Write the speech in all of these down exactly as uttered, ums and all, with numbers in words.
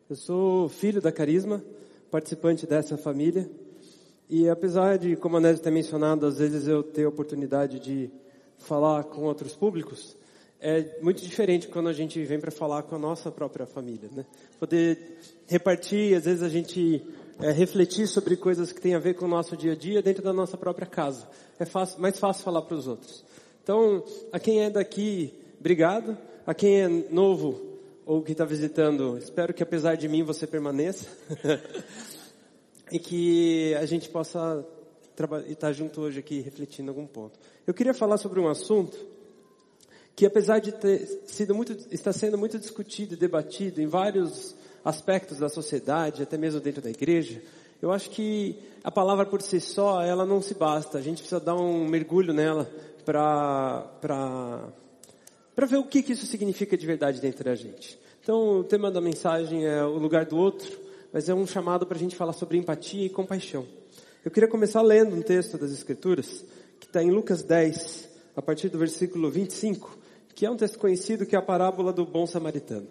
Eu sou filho da Carisma, participante dessa família. E apesar de, como a Nézia tem mencionado, às vezes eu ter a oportunidade de falar com outros públicos, é muito diferente quando a gente vem para falar com a nossa própria família, né? Poder repartir, às vezes a gente é, refletir sobre coisas que têm a ver com o nosso dia a dia dentro da nossa própria casa. É fácil, mais fácil falar para os outros. Então, a quem é daqui, obrigado. A quem é novo ou que está visitando, espero que apesar de mim você permaneça. E que a gente possa estar junto hoje aqui refletindo algum ponto. Eu queria falar sobre um assunto que, apesar de ter sido muito, está sendo muito discutido e debatido em vários aspectos da sociedade, até mesmo dentro da igreja, eu acho que a palavra por si só, ela não se basta. A gente precisa dar um mergulho nela para para para ver o que, que isso significa de verdade dentro da gente. Então, o tema da mensagem é o lugar do outro, mas é um chamado para a gente falar sobre empatia e compaixão. Eu queria começar lendo um texto das Escrituras, que está em Lucas dez, a partir do versículo vinte e cinco, que é um texto conhecido, que é a parábola do bom samaritano.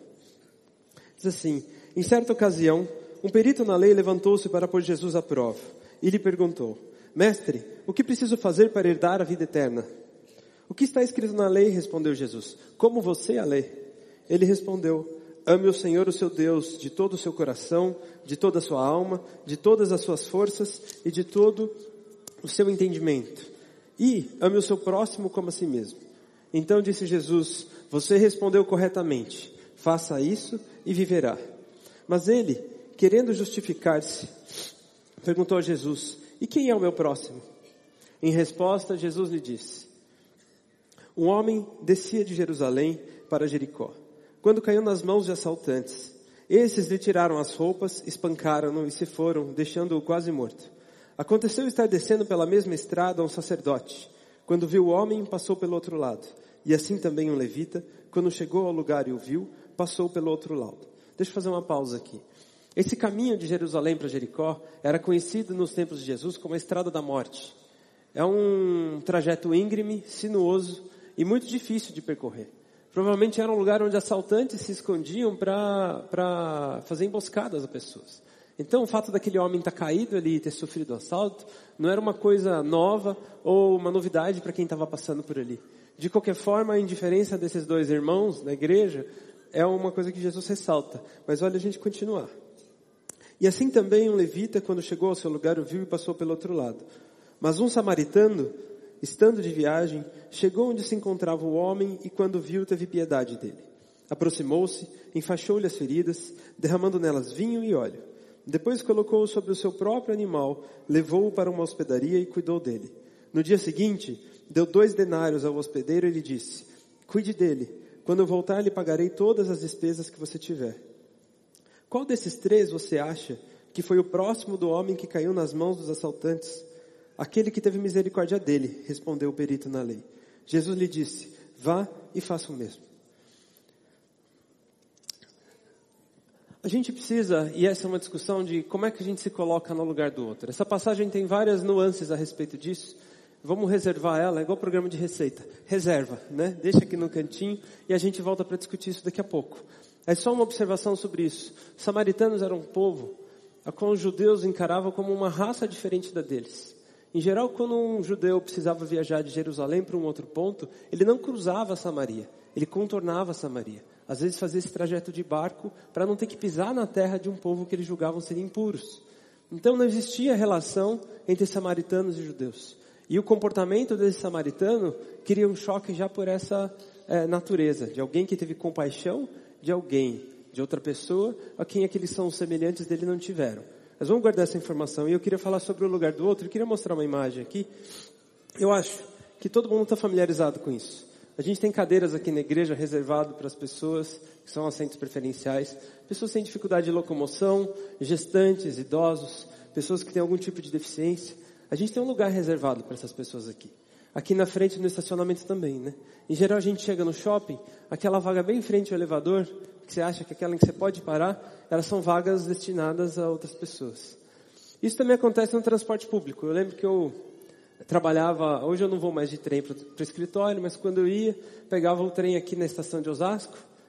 Diz assim: em certa ocasião, um perito na lei levantou-se para pôr Jesus à prova, e lhe perguntou: Mestre, o que preciso fazer para herdar a vida eterna? O que está escrito na lei? Respondeu Jesus. Como você a lê? Ele respondeu: ame o Senhor, o seu Deus, de todo o seu coração, de toda a sua alma, de todas as suas forças e de todo o seu entendimento. E ame o seu próximo como a si mesmo. Então disse Jesus: você respondeu corretamente. Faça isso e viverá. Mas ele, querendo justificar-se, perguntou a Jesus: e quem é o meu próximo? Em resposta, Jesus lhe disse: um homem descia de Jerusalém para Jericó, quando caiu nas mãos de assaltantes. Esses lhe tiraram as roupas, espancaram-no e se foram, deixando-o quase morto. Aconteceu estar descendo pela mesma estrada um sacerdote. Quando viu o homem, passou pelo outro lado. E assim também um levita, quando chegou ao lugar e o viu, passou pelo outro lado. Deixa eu fazer uma pausa aqui. Esse caminho de Jerusalém para Jericó era conhecido nos tempos de Jesus como a Estrada da Morte. É um trajeto íngreme, sinuoso e muito difícil de percorrer. Provavelmente era um lugar onde assaltantes se escondiam para fazer emboscadas a pessoas. Então o fato daquele homem estar caído ali e ter sofrido um assalto não era uma coisa nova ou uma novidade para quem estava passando por ali. De qualquer forma, a indiferença desses dois irmãos na igreja é uma coisa que Jesus ressalta. Mas olha a gente continuar. E assim também um levita, quando chegou ao seu lugar, o viu e passou pelo outro lado. Mas um samaritano, estando de viagem, chegou onde se encontrava o homem e quando viu, teve piedade dele. Aproximou-se, enfaixou-lhe as feridas, derramando nelas vinho e óleo. Depois colocou-o sobre o seu próprio animal, levou-o para uma hospedaria e cuidou dele. No dia seguinte, deu dois denários ao hospedeiro e lhe disse: cuide dele, quando eu voltar lhe pagarei todas as despesas que você tiver. Qual desses três você acha que foi o próximo do homem que caiu nas mãos dos assaltantes? Aquele que teve misericórdia dele, respondeu o perito na lei. Jesus lhe disse: vá e faça o mesmo. A gente precisa, e essa é uma discussão de como é que a gente se coloca no lugar do outro. Essa passagem tem várias nuances a respeito disso. Vamos reservar ela, é igual programa de receita. Reserva, né? Deixa aqui no cantinho e a gente volta para discutir isso daqui a pouco. É só uma observação sobre isso. Os samaritanos eram um povo a qual os judeus encaravam como uma raça diferente da deles. Em geral, quando um judeu precisava viajar de Jerusalém para um outro ponto, ele não cruzava Samaria, ele contornava Samaria. Às vezes fazia esse trajeto de barco para não ter que pisar na terra de um povo que eles julgavam ser impuros. Então não existia relação entre samaritanos e judeus. E o comportamento desse samaritano cria um choque já por essa é, natureza, de alguém que teve compaixão de alguém, de outra pessoa, a quem aqueles são semelhantes dele não tiveram. Mas vamos guardar essa informação. E eu queria falar sobre o lugar do outro. Eu queria mostrar uma imagem aqui. Eu acho que todo mundo está familiarizado com isso. A gente tem cadeiras aqui na igreja reservado para as pessoas que são assentos preferenciais. Pessoas que têm dificuldade de locomoção, gestantes, idosos, pessoas que têm algum tipo de deficiência. A gente tem um lugar reservado para essas pessoas aqui. Aqui na frente no estacionamento também, né? Em geral a gente chega no shopping, aquela vaga bem em frente ao elevador, que você acha que é aquela em que você pode parar, elas são vagas destinadas a outras pessoas. Isso também acontece no transporte público. Eu lembro que eu trabalhava, hoje eu não vou mais de trem para o escritório, mas quando eu ia, pegava o trem aqui na estação de Osasco,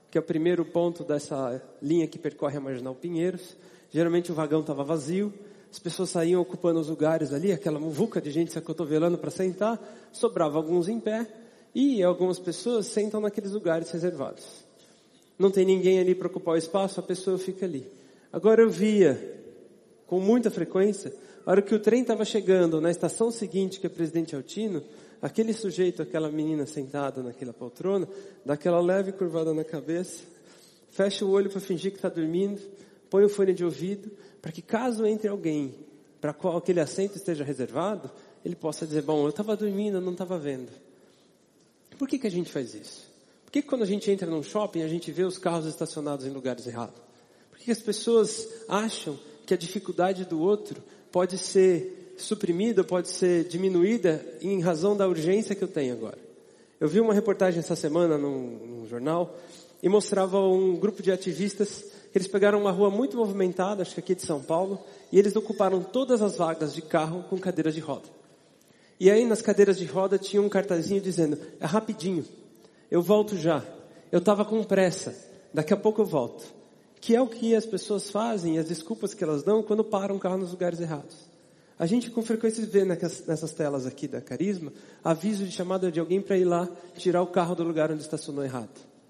que é o primeiro ponto dessa linha que percorre a Marginal Pinheiros. Geralmente o vagão estava vazio, as pessoas saíam ocupando os lugares ali, aquela muvuca de gente se acotovelando para sentar, sobrava alguns em pé, e algumas pessoas sentam naqueles lugares reservados. Não tem ninguém ali para ocupar o espaço, a pessoa fica ali. Agora eu via, com muita frequência, a hora que o trem estava chegando na estação seguinte, que é Presidente Altino, aquele sujeito, aquela menina sentada naquela poltrona, dá aquela leve curvada na cabeça, fecha o olho para fingir que está dormindo, põe o fone de ouvido, para que caso entre alguém para qual aquele assento esteja reservado, ele possa dizer, bom, eu estava dormindo, eu não estava vendo. Por que que a gente faz isso? Por que que quando a gente entra num shopping, a gente vê os carros estacionados em lugares errados? Por que que as pessoas acham que a dificuldade do outro pode ser suprimida, pode ser diminuída em razão da urgência que eu tenho agora? Eu vi uma reportagem essa semana num, num jornal e mostrava um grupo de ativistas que eles pegaram uma rua muito movimentada, acho que aqui de São Paulo, e eles ocuparam todas as vagas de carro com cadeiras de roda. E aí nas cadeiras de roda tinha um cartazinho dizendo, é rapidinho, eu volto já, eu estava com pressa, daqui a pouco eu volto. Que é o que as pessoas fazem, as desculpas que elas dão quando param o carro nos lugares errados. A gente com frequência vê nessas, nessas telas aqui da Carisma, aviso de chamada de alguém para ir lá tirar o carro do lugar onde estacionou errado.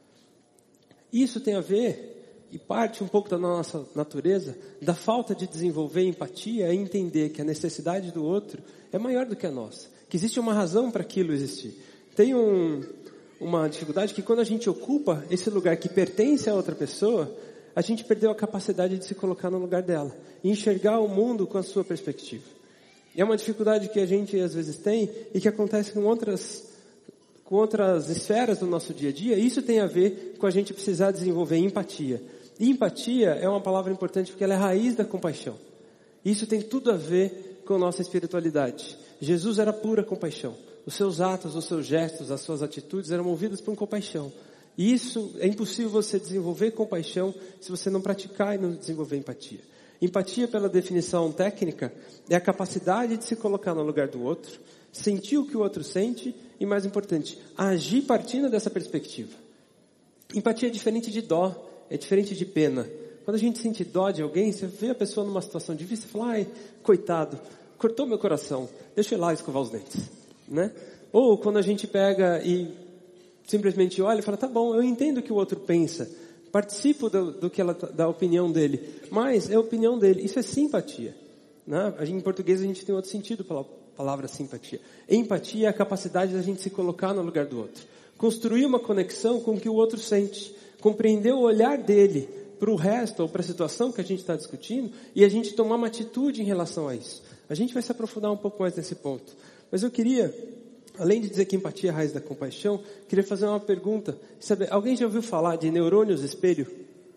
Isso tem a ver, e parte um pouco da nossa natureza, da falta de desenvolver empatia e entender que a necessidade do outro é maior do que a nossa. Que existe uma razão para aquilo existir. Tem um, uma dificuldade que quando a gente ocupa esse lugar que pertence a outra pessoa, a gente perdeu a capacidade de se colocar no lugar dela. E enxergar o mundo com a sua perspectiva. E é uma dificuldade que a gente às vezes tem e que acontece com outras, com outras esferas do nosso dia a dia. Isso tem a ver com a gente precisar desenvolver empatia. E empatia é uma palavra importante porque ela é a raiz da compaixão. Isso tem tudo a ver com a nossa espiritualidade. Jesus era pura compaixão. Os seus atos, os seus gestos, as suas atitudes eram movidas por compaixão. E isso é impossível você desenvolver compaixão se você não praticar e não desenvolver empatia. Empatia, pela definição técnica, é a capacidade de se colocar no lugar do outro, sentir o que o outro sente e, mais importante, agir partindo dessa perspectiva. Empatia é diferente de dó, é diferente de pena. Quando a gente sente dó de alguém, você vê a pessoa numa situação difícil e fala, ai, coitado, cortou meu coração, deixa eu ir lá escovar os dentes, né? Ou quando a gente pega e simplesmente olha e fala, tá bom, eu entendo o que o outro pensa, participo do, do que ela, da opinião dele, mas é a opinião dele, isso é simpatia, né? Em português a gente tem outro sentido para a palavra simpatia. Empatia é a capacidade da gente se colocar no lugar do outro, construir uma conexão com o que o outro sente, compreender o olhar dele para o resto ou para a situação que a gente está discutindo e a gente tomar uma atitude em relação a isso. A gente vai se aprofundar um pouco mais nesse ponto. Mas eu queria, além de dizer que empatia é a raiz da compaixão, queria fazer uma pergunta. Sabe, alguém já ouviu falar de neurônios espelho?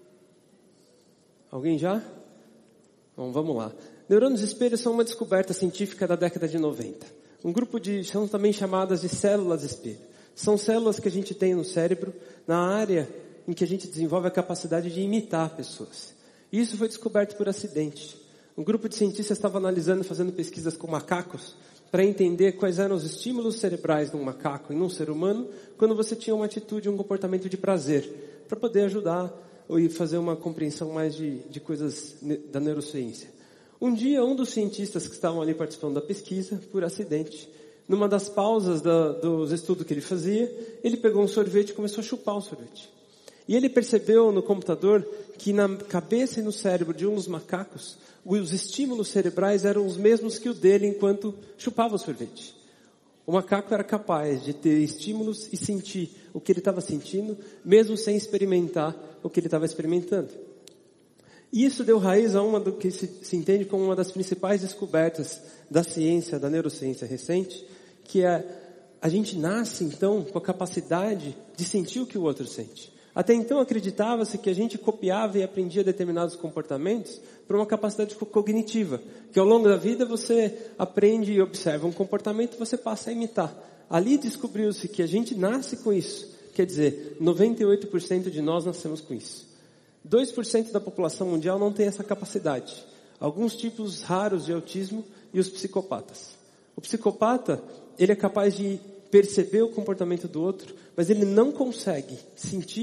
Alguém já? Bom, vamos lá. Neurônios espelho são uma descoberta científica da década de noventa. Um grupo de, são também chamadas de células espelho. São células que a gente tem no cérebro, na área em que a gente desenvolve a capacidade de imitar pessoas. E isso foi descoberto por acidente. Um grupo de cientistas estava analisando e fazendo pesquisas com macacos para entender quais eram os estímulos cerebrais de um macaco e num ser humano quando você tinha uma atitude, um comportamento de prazer, para poder ajudar e fazer uma compreensão mais de, de coisas da neurociência. Um dia, um dos cientistas que estavam ali participando da pesquisa, por acidente, numa das pausas da, dos estudos que ele fazia, ele pegou um sorvete e começou a chupar o sorvete. E ele percebeu no computador que na cabeça e no cérebro de um dos macacos, os estímulos cerebrais eram os mesmos que o dele enquanto chupava o sorvete. O macaco era capaz de ter estímulos e sentir o que ele estava sentindo, mesmo sem experimentar o que ele estava experimentando. E isso deu raiz a uma do que se, se entende como uma das principais descobertas da ciência, da neurociência recente, que é a gente nasce então com a capacidade de sentir o que o outro sente. Até então acreditava-se que a gente copiava e aprendia determinados comportamentos por uma capacidade cognitiva, que ao longo da vida você aprende e observa um comportamento e você passa a imitar. Ali descobriu-se que a gente nasce com isso, quer dizer, noventa e oito por cento de nós nascemos com isso. dois por cento da população mundial não tem essa capacidade. Alguns tipos raros de autismo e os psicopatas. O psicopata, ele é capaz de perceber o comportamento do outro, mas ele não consegue sentir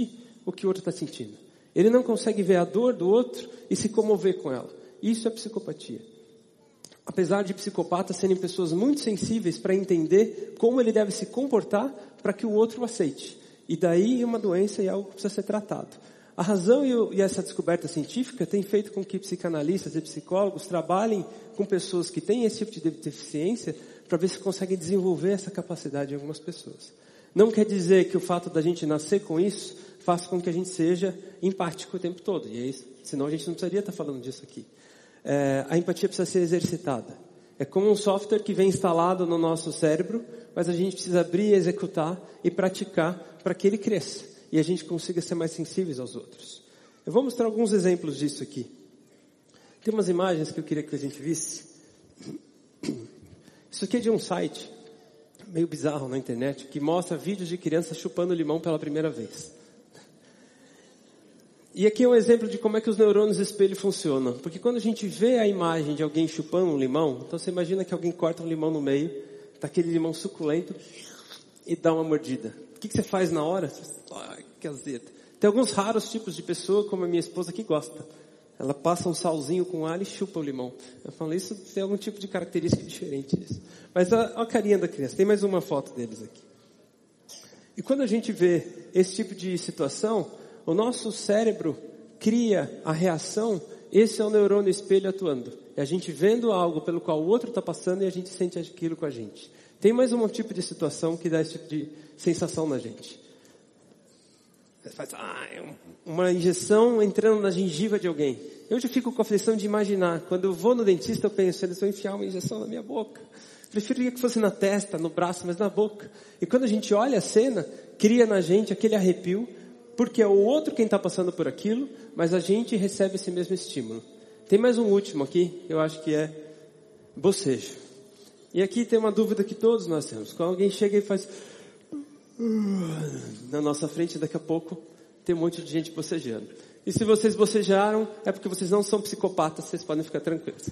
o que o outro está sentindo. Ele não consegue ver a dor do outro e se comover com ela. Isso é psicopatia. Apesar de psicopatas serem pessoas muito sensíveis para entender como ele deve se comportar para que o outro o aceite. E daí uma doença e algo que precisa ser tratado. A razão e, o, e essa descoberta científica tem feito com que psicanalistas e psicólogos trabalhem com pessoas que têm esse tipo de deficiência para ver se conseguem desenvolver essa capacidade em algumas pessoas. Não quer dizer que o fato da gente nascer com isso faça com que a gente seja empático o tempo todo. E é isso, senão a gente não precisaria estar falando disso aqui. É, a empatia precisa ser exercitada. É como um software que vem instalado no nosso cérebro, mas a gente precisa abrir, executar e praticar para que ele cresça e a gente consiga ser mais sensíveis aos outros. Eu vou mostrar alguns exemplos disso aqui. Tem umas imagens que eu queria que a gente visse. Isso aqui é de um site meio bizarro na internet que mostra vídeos de crianças chupando limão pela primeira vez. E aqui é um exemplo de como é que os neurônios espelho funcionam. Porque quando a gente vê a imagem de alguém chupando um limão, então você imagina que alguém corta um limão no meio, tá aquele limão suculento e dá uma mordida. O que, que você faz na hora? Ai, que azedo. Tem alguns raros tipos de pessoa, como a minha esposa, que gosta. Ela passa um salzinho com alho e chupa o limão. Eu falo, isso tem algum tipo de característica diferente disso. Mas a, a carinha da criança. Tem mais uma foto deles aqui. E quando a gente vê esse tipo de situação, o nosso cérebro cria a reação, esse é o neurônio espelho atuando. É a gente vendo algo pelo qual o outro está passando e a gente sente aquilo com a gente. Tem mais um tipo de situação que dá esse tipo de sensação na gente. Você faz ah, uma injeção entrando na gengiva de alguém. Eu já fico com a aflição de imaginar. Quando eu vou no dentista, eu penso, eles vão enfiar uma injeção na minha boca. Preferia que fosse na testa, no braço, mas na boca. E quando a gente olha a cena, cria na gente aquele arrepio, porque é o outro quem está passando por aquilo, mas a gente recebe esse mesmo estímulo. Tem mais um último aqui, eu acho que é bocejo. E aqui tem uma dúvida que todos nós temos. Quando alguém chega e faz na nossa frente, daqui a pouco tem um monte de gente bocejando. E se vocês bocejaram, é porque vocês não são psicopatas, vocês podem ficar tranquilos.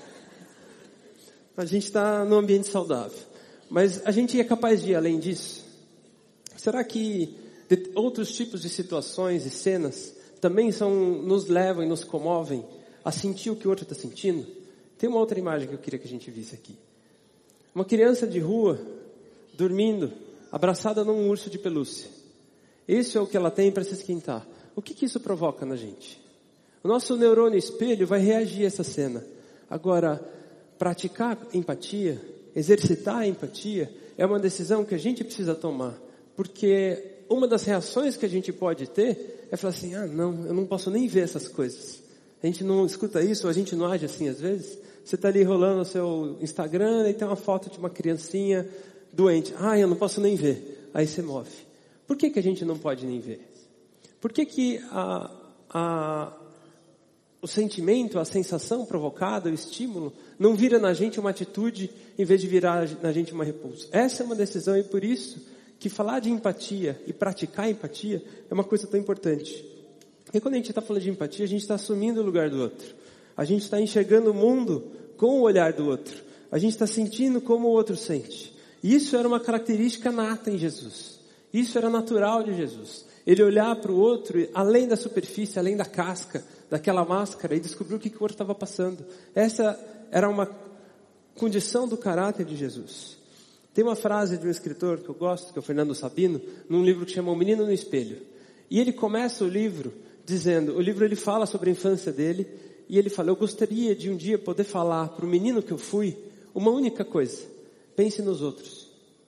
A gente está num ambiente saudável. Mas a gente é capaz de ir além disso? Será que outros tipos de situações e cenas também são, nos levam e nos comovem a sentir o que o outro está sentindo? Tem uma outra imagem que eu queria que a gente visse aqui. Uma criança de rua, dormindo, abraçada num urso de pelúcia. Isso é o que ela tem para se esquentar. O que, que isso provoca na gente? O nosso neurônio espelho vai reagir a essa cena. Agora, praticar empatia, exercitar a empatia, é uma decisão que a gente precisa tomar. Porque uma das reações que a gente pode ter é falar assim, ah não, eu não posso nem ver essas coisas. A gente não escuta isso, ou a gente não age assim às vezes. Você está ali rolando o seu Instagram e tem uma foto de uma criancinha doente. Ah, eu não posso nem ver. Aí você move. Por que que a gente não pode nem ver? Por que que a, a, o sentimento, a sensação provocada, o estímulo, não vira na gente uma atitude em vez de virar na gente uma repulsa? Essa é uma decisão e por isso que falar de empatia e praticar empatia é uma coisa tão importante. E quando a gente está falando de empatia, a gente está assumindo o lugar do outro. A gente está enxergando o mundo com o olhar do outro. A gente está sentindo como o outro sente. E isso era uma característica nata em Jesus. Isso era natural de Jesus. Ele olhar para o outro, além da superfície, além da casca, daquela máscara, e descobrir o que, que o outro estava passando. Essa era uma condição do caráter de Jesus. Tem uma frase de um escritor que eu gosto, que é o Fernando Sabino, num livro que chama O Menino no Espelho. E ele começa o livro dizendo, o livro ele fala sobre a infância dele, e ele fala, eu gostaria de um dia poder falar para o menino que eu fui, uma única coisa, pense nos outros.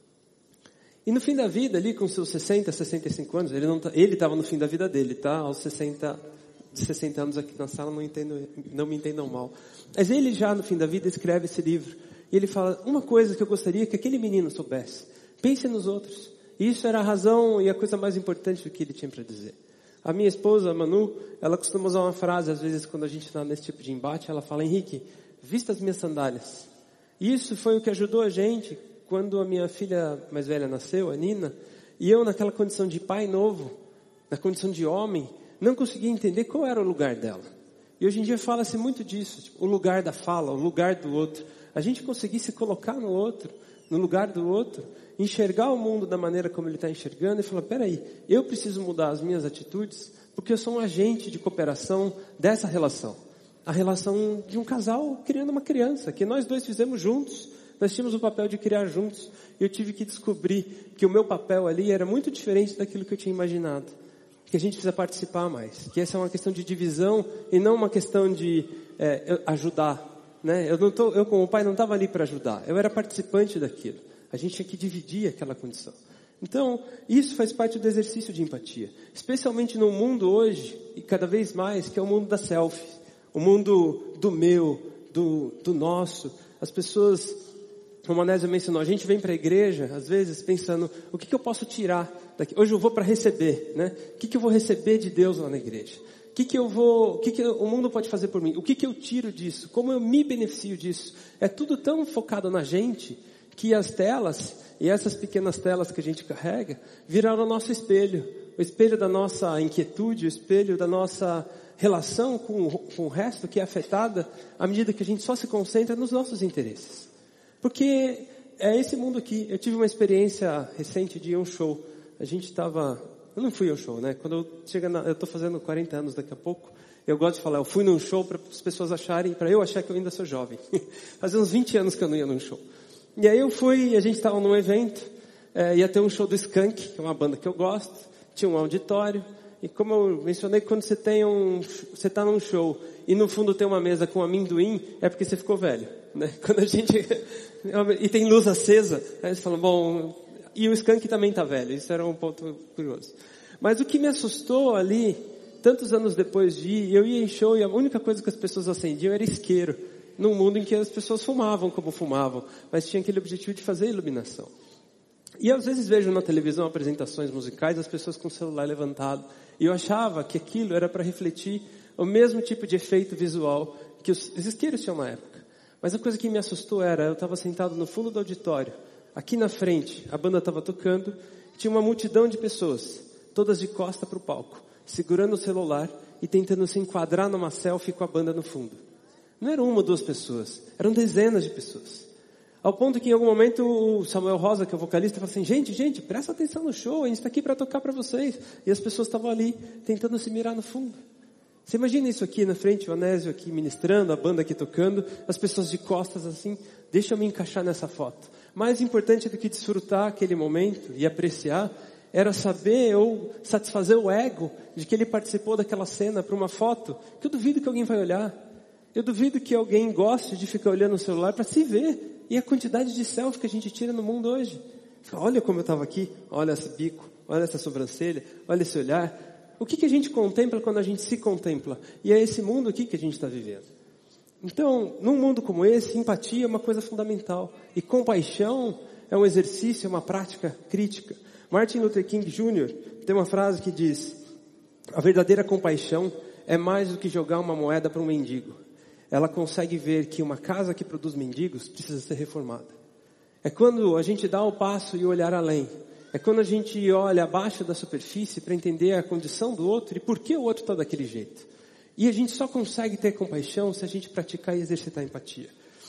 E no fim da vida, ali com seus sessenta, sessenta e cinco anos, ele não tá, ele estava no fim da vida dele, tá? Aos sessenta, sessenta anos aqui na sala, não, entendo, não me entendam mal. Mas ele já no fim da vida escreve esse livro. E ele fala, uma coisa que eu gostaria que aquele menino soubesse. Pense nos outros. E isso era a razão e a coisa mais importante do que ele tinha para dizer. A minha esposa, a Manu, ela costuma usar uma frase, às vezes quando a gente está nesse tipo de embate, ela fala, Henrique, vista as minhas sandálias. Isso foi o que ajudou a gente quando a minha filha mais velha nasceu, a Nina, e eu naquela condição de pai novo, na condição de homem, não conseguia entender qual era o lugar dela. E hoje em dia fala-se muito disso, tipo, o lugar da fala, o lugar do outro. A gente conseguir se colocar no outro no lugar do outro, enxergar o mundo da maneira como ele está enxergando e falar, peraí, eu preciso mudar as minhas atitudes porque eu sou um agente de cooperação dessa relação. A relação de um casal criando uma criança, que nós dois fizemos juntos. Nós tínhamos o papel de criar juntos. E eu tive que descobrir que o meu papel ali era muito diferente daquilo que eu tinha imaginado. Que a gente precisa participar mais. Que essa é uma questão de divisão e não uma questão de é, ajudar. Né? Eu, não tô, eu como pai não estava ali para ajudar. Eu era participante daquilo. A gente tinha que dividir aquela condição. Então, isso faz parte do exercício de empatia. Especialmente no mundo hoje, e cada vez mais, que é o mundo da selfie. O mundo do meu, do, do nosso. As pessoas, como a Nésia mencionou, a gente vem para a igreja, às vezes, pensando, o que, que eu posso tirar daqui? Hoje eu vou para receber, né? O que, que eu vou receber de Deus lá na igreja? O que, que eu vou, o que, que o mundo pode fazer por mim? O que, que eu tiro disso? Como eu me beneficio disso? É tudo tão focado na gente, que as telas, e essas pequenas telas que a gente carrega, viraram o nosso espelho. O espelho da nossa inquietude, o espelho da nossa relação com, com o resto, que é afetada à medida que a gente só se concentra nos nossos interesses. Porque é esse mundo aqui. Eu tive uma experiência recente de um show. A gente estava... Eu não fui ao show, né? Quando eu chego na... Eu estou fazendo quarenta anos daqui a pouco. Eu gosto de falar, eu fui num show para as pessoas acharem, para eu achar que eu ainda sou jovem. Fazia uns vinte anos que eu não ia num show. E aí eu fui, a gente estava num evento, é, ia ter um show do Skank, que é uma banda que eu gosto, tinha um auditório, e como eu mencionei, quando você tem um, você está num show, e no fundo tem uma mesa com amendoim, é porque você ficou velho, né? Quando a gente, e tem luz acesa, aí você fala, bom, e o Skank também está velho, isso era um ponto curioso. Mas o que me assustou ali, tantos anos depois de ir, eu ia em show e a única coisa que as pessoas acendiam era isqueiro. Num mundo em que as pessoas fumavam como fumavam, mas tinha aquele objetivo de fazer iluminação. E às vezes vejo na televisão apresentações musicais, as pessoas com o celular levantado, e eu achava que aquilo era para refletir o mesmo tipo de efeito visual que os, os isqueiros tinham na época. Mas a coisa que me assustou era, eu estava sentado no fundo do auditório, aqui na frente, a banda estava tocando, tinha uma multidão de pessoas, todas de costa para o palco, segurando o celular e tentando se enquadrar numa selfie com a banda no fundo. Não eram uma ou duas pessoas, eram dezenas de pessoas. Ao ponto que em algum momento o Samuel Rosa, que é o vocalista, falou assim, gente, gente, presta atenção no show, a gente está aqui para tocar para vocês. E as pessoas estavam ali, tentando se mirar no fundo. Você imagina isso aqui na frente, o Anésio aqui ministrando, a banda aqui tocando, as pessoas de costas assim, deixa eu me encaixar nessa foto. Mais importante do que desfrutar aquele momento e apreciar, era saber ou satisfazer o ego de que ele participou daquela cena para uma foto, que eu duvido que alguém vai olhar. Eu duvido que alguém goste de ficar olhando o celular para se ver. E a quantidade de selfie que a gente tira no mundo hoje. Olha como eu estava aqui, olha esse bico, olha essa sobrancelha, olha esse olhar. O que, que a gente contempla quando a gente se contempla? E é esse mundo aqui que a gente está vivendo. Então, num mundo como esse, empatia é uma coisa fundamental. E compaixão é um exercício, é uma prática crítica. Martin Luther King Júnior tem uma frase que diz, a verdadeira compaixão é mais do que jogar uma moeda para um mendigo. Ela consegue ver que uma casa que produz mendigos precisa ser reformada. É quando a gente dá o passo e olhar além. É quando a gente olha abaixo da superfície para entender a condição do outro e por que o outro está daquele jeito. E a gente só consegue ter compaixão se a gente praticar e exercitar empatia.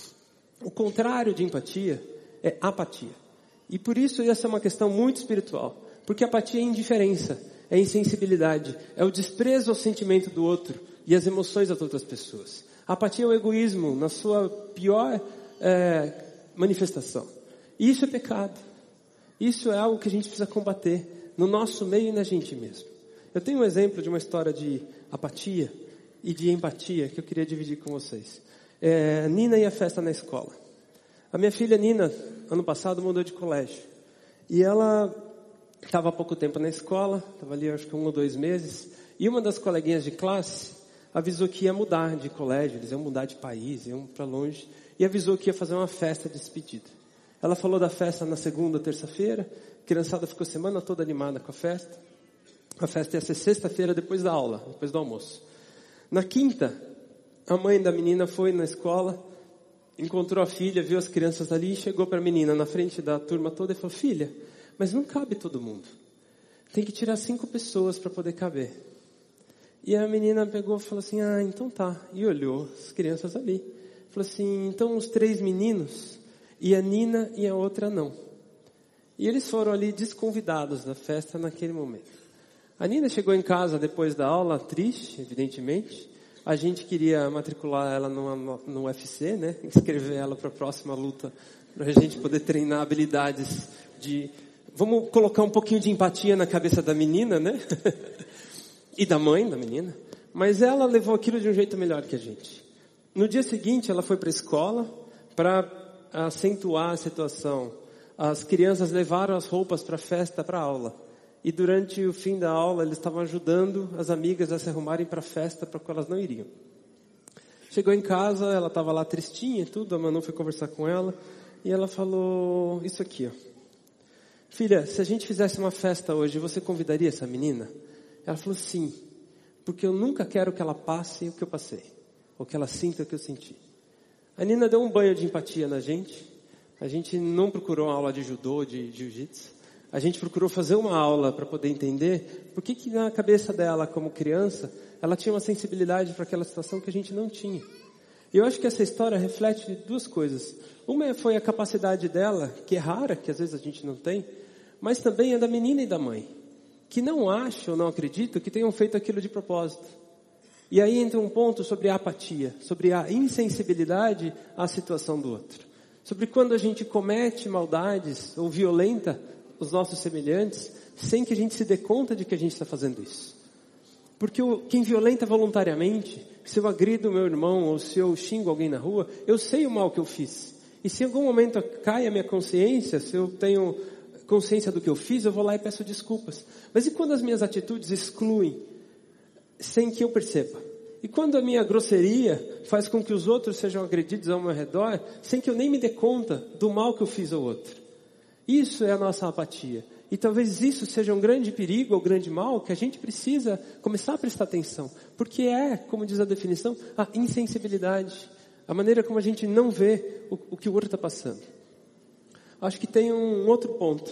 O contrário de empatia é apatia. E por isso essa é uma questão muito espiritual. Porque apatia é indiferença, é insensibilidade, é o desprezo ao sentimento do outro e às emoções das outras pessoas. A apatia é o egoísmo na sua pior é, manifestação. E isso é pecado. Isso é algo que a gente precisa combater no nosso meio e na gente mesmo. Eu tenho um exemplo de uma história de apatia e de empatia que eu queria dividir com vocês. É, Nina ia à festa na escola. A minha filha Nina, ano passado, mudou de colégio. E ela estava há pouco tempo na escola, estava ali acho que um ou dois meses. E uma das coleguinhas de classe avisou que ia mudar de colégio, eles iam mudar de país, iam para longe, e avisou que ia fazer uma festa de despedida. Ela falou da festa na segunda, terça-feira, a criançada ficou a semana toda animada com a festa. A festa ia ser sexta-feira depois da aula, depois do almoço. Na quinta, a mãe da menina foi na escola, encontrou a filha, viu as crianças ali e chegou para a menina na frente da turma toda e falou, filha, mas não cabe todo mundo. Tem que tirar cinco pessoas para poder caber. E a menina pegou e falou assim, ah, então tá. E olhou as crianças ali. Falou assim, então os três meninos e a Nina e a outra não. E eles foram ali desconvidados da festa naquele momento. A Nina chegou em casa depois da aula, triste, evidentemente. A gente queria matricular ela no, no U F C, né? Inscrever ela para a próxima luta, para a gente poder treinar habilidades de... Vamos colocar um pouquinho de empatia na cabeça da menina, né? E da mãe da menina. Mas ela levou aquilo de um jeito melhor que a gente. No dia seguinte, ela foi para a escola para acentuar a situação. As crianças levaram as roupas para a festa, para a aula. E durante o fim da aula, eles estavam ajudando as amigas a se arrumarem para a festa, para que elas não iriam. Chegou em casa, ela estava lá tristinha e tudo, a Manu foi conversar com ela, e ela falou isso aqui, ó. Filha, se a gente fizesse uma festa hoje, você convidaria essa menina? Ela falou, sim, porque eu nunca quero que ela passe o que eu passei, ou que ela sinta o que eu senti. A Nina deu um banho de empatia na gente. A gente não procurou aula de judô, de jiu-jitsu. A gente procurou fazer uma aula para poder entender por que que na cabeça dela, como criança, ela tinha uma sensibilidade para aquela situação que a gente não tinha. E eu acho que essa história reflete duas coisas. Uma foi a capacidade dela, que é rara, que às vezes a gente não tem, mas também é da menina e da mãe, que não acham, não acreditam que tenham feito aquilo de propósito. E aí entra um ponto sobre a apatia, sobre a insensibilidade à situação do outro. Sobre quando a gente comete maldades ou violenta os nossos semelhantes, sem que a gente se dê conta de que a gente está fazendo isso. Porque o, quem violenta voluntariamente, se eu agrido o meu irmão ou se eu xingo alguém na rua, eu sei o mal que eu fiz. E se em algum momento cai a minha consciência, se eu tenho consciência do que eu fiz, eu vou lá e peço desculpas. Mas e quando as minhas atitudes excluem, sem que eu perceba? E quando a minha grosseria faz com que os outros sejam agredidos ao meu redor, sem que eu nem me dê conta do mal que eu fiz ao outro? Isso é a nossa apatia. E talvez isso seja um grande perigo ou grande mal que a gente precisa começar a prestar atenção. Porque é, como diz a definição, a insensibilidade. A maneira como a gente não vê o, o que o outro está passando. Acho que tem um outro ponto.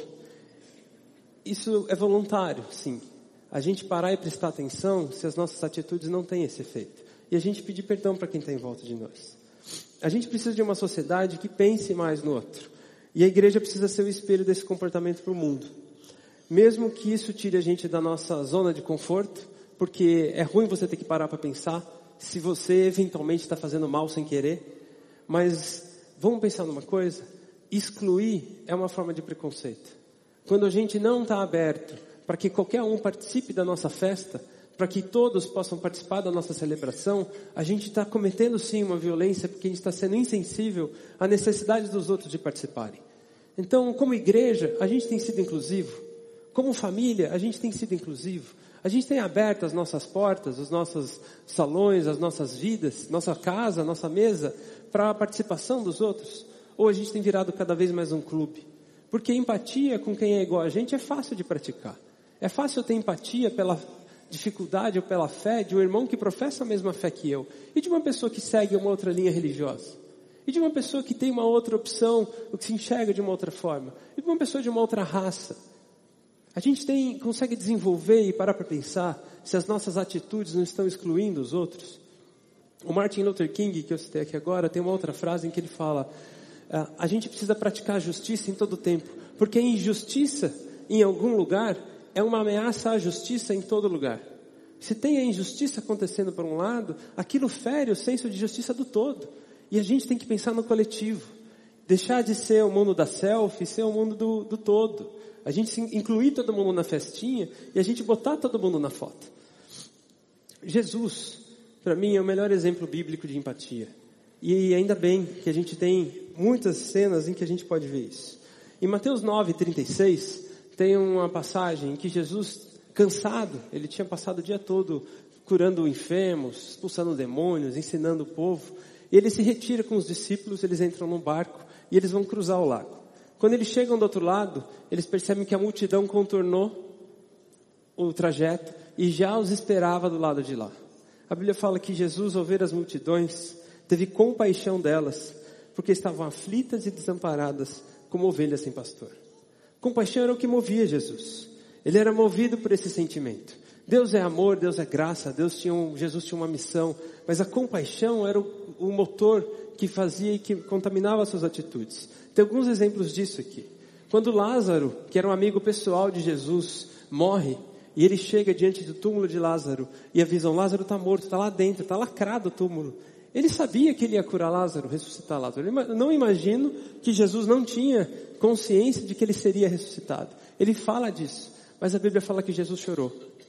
Isso é voluntário, sim. A gente parar e prestar atenção se as nossas atitudes não têm esse efeito. E a gente pedir perdão para quem está em volta de nós. A gente precisa de uma sociedade que pense mais no outro. E a igreja precisa ser o espelho desse comportamento para o mundo. Mesmo que isso tire a gente da nossa zona de conforto, porque é ruim você ter que parar para pensar se você eventualmente está fazendo mal sem querer. Mas vamos pensar numa coisa? Excluir é uma forma de preconceito. Quando a gente não está aberto para que qualquer um participe da nossa festa, para que todos possam participar da nossa celebração, a gente está cometendo sim uma violência, porque a gente está sendo insensível à necessidade dos outros de participarem. Então, como igreja, a gente tem sido inclusivo. Como família, a gente tem sido inclusivo. A gente tem aberto as nossas portas, os nossos salões, as nossas vidas, nossa casa, nossa mesa, para a participação dos outros. Ou a gente tem virado cada vez mais um clube. Porque empatia com quem é igual a gente é fácil de praticar. É fácil eu ter empatia pela dificuldade ou pela fé de um irmão que professa a mesma fé que eu. E de uma pessoa que segue uma outra linha religiosa. E de uma pessoa que tem uma outra opção, ou que se enxerga de uma outra forma. E de uma pessoa de uma outra raça. A gente tem, consegue desenvolver e parar para pensar se as nossas atitudes não estão excluindo os outros. O Martin Luther King, que eu citei aqui agora, tem uma outra frase em que ele fala: a gente precisa praticar a justiça em todo o tempo, porque a injustiça em algum lugar é uma ameaça à justiça em todo lugar. Se tem a injustiça acontecendo por um lado, aquilo fere o senso de justiça do todo. E a gente tem que pensar no coletivo. Deixar de ser o mundo da selfie, ser o mundo do, do todo. A gente incluir todo mundo na festinha e a gente botar todo mundo na foto. Jesus, para mim, é o melhor exemplo bíblico de empatia. E ainda bem que a gente tem muitas cenas em que a gente pode ver isso. Em Mateus nove, trinta e seis, tem uma passagem em que Jesus, cansado, ele tinha passado o dia todo curando enfermos, expulsando demônios, ensinando o povo. E ele se retira com os discípulos, eles entram num barco e eles vão cruzar o lago. Quando eles chegam do outro lado, eles percebem que a multidão contornou o trajeto e já os esperava do lado de lá. A Bíblia fala que Jesus, ao ver as multidões, teve compaixão delas, porque estavam aflitas e desamparadas, como ovelhas sem pastor. Compaixão era o que movia Jesus. Ele era movido por esse sentimento Deus é amor, Deus é graça, Deus tinha um, Jesus tinha uma missão, mas a compaixão era o, o motor que fazia e que contaminava as suas atitudes. Tem alguns exemplos disso aqui. Quando Lázaro, que era um amigo pessoal de Jesus, morre, e ele chega diante do túmulo de Lázaro, e avisam, Lázaro está morto, está lá dentro, está lacrado o túmulo. Ele sabia que ele ia curar Lázaro, ressuscitar Lázaro. Eu não imagino que Jesus não tinha consciência de que ele seria ressuscitado. Ele fala disso, mas a Bíblia fala que Jesus chorou.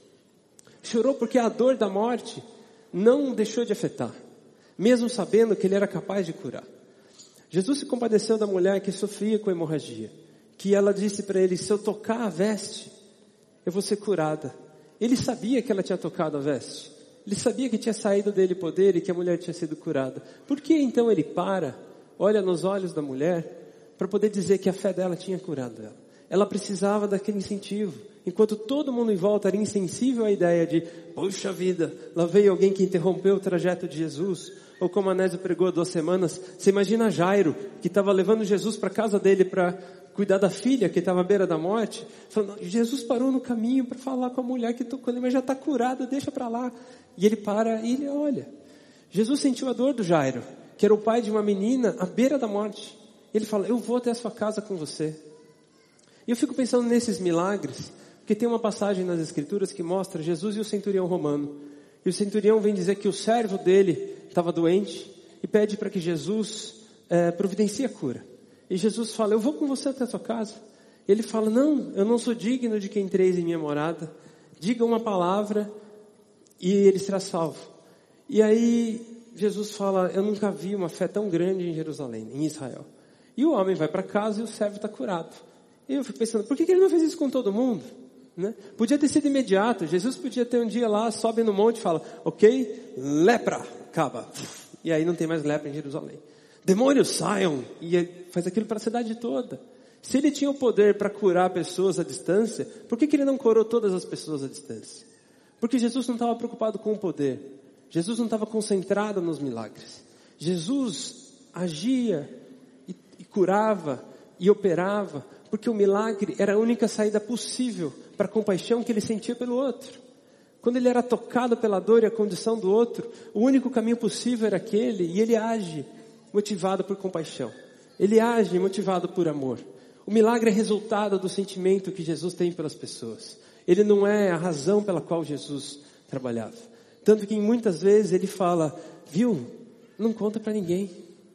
Chorou porque a dor da morte não deixou de afetar, mesmo sabendo que ele era capaz de curar. Jesus se compadeceu da mulher que sofria com hemorragia, que ela disse para ele, se eu tocar a veste, eu vou ser curada. Ele sabia que ela tinha tocado a veste. Ele sabia que tinha saído dele poder e que a mulher tinha sido curada. Por que então ele para, olha nos olhos da mulher, para poder dizer que a fé dela tinha curado ela? Ela precisava daquele incentivo. Enquanto todo mundo em volta era insensível à ideia de, puxa vida, lá veio alguém que interrompeu o trajeto de Jesus. Ou como a Anésio pregou há duas semanas, você imagina Jairo, que estava levando Jesus para a casa dele para cuidar da filha, que estava à beira da morte. Falando, Jesus parou no caminho para falar com a mulher que tocou ele, mas já está curada, deixa para lá. E ele para e ele olha. Jesus sentiu a dor do Jairo, que era o pai de uma menina à beira da morte. Ele fala, eu vou até a sua casa com você. E eu fico pensando nesses milagres, porque tem uma passagem nas Escrituras que mostra Jesus e o centurião romano. E o centurião vem dizer que o servo dele estava doente e pede para que Jesus é, providencie a cura. E Jesus fala, eu vou com você até a sua casa. E ele fala, não, eu não sou digno de que entreis em minha morada. Diga uma palavra e ele será salvo. E aí Jesus fala, eu nunca vi uma fé tão grande em Jerusalém, em Israel. E o homem vai para casa e o servo está curado. E eu fico pensando, por que ele não fez isso com todo mundo? Né? Podia ter sido imediato. Jesus podia ter um dia lá, sobe no monte e fala, ok, lepra, acaba. E aí não tem mais lepra em Jerusalém. Demônios saiam. E faz aquilo para a cidade toda. Se ele tinha o poder para curar pessoas à distância, por que, que ele não curou todas as pessoas à distância? Porque Jesus não estava preocupado com o poder. Jesus não estava concentrado nos milagres. Jesus agia e, e curava e operava, porque o milagre era a única saída possível para a compaixão que ele sentia pelo outro. Quando ele era tocado pela dor e a condição do outro, o único caminho possível era aquele, e ele age motivado por compaixão. Ele age motivado por amor. O milagre é resultado do sentimento que Jesus tem pelas pessoas. Ele não é a razão pela qual Jesus trabalhava. Tanto que muitas vezes ele fala, viu, não conta para ninguém.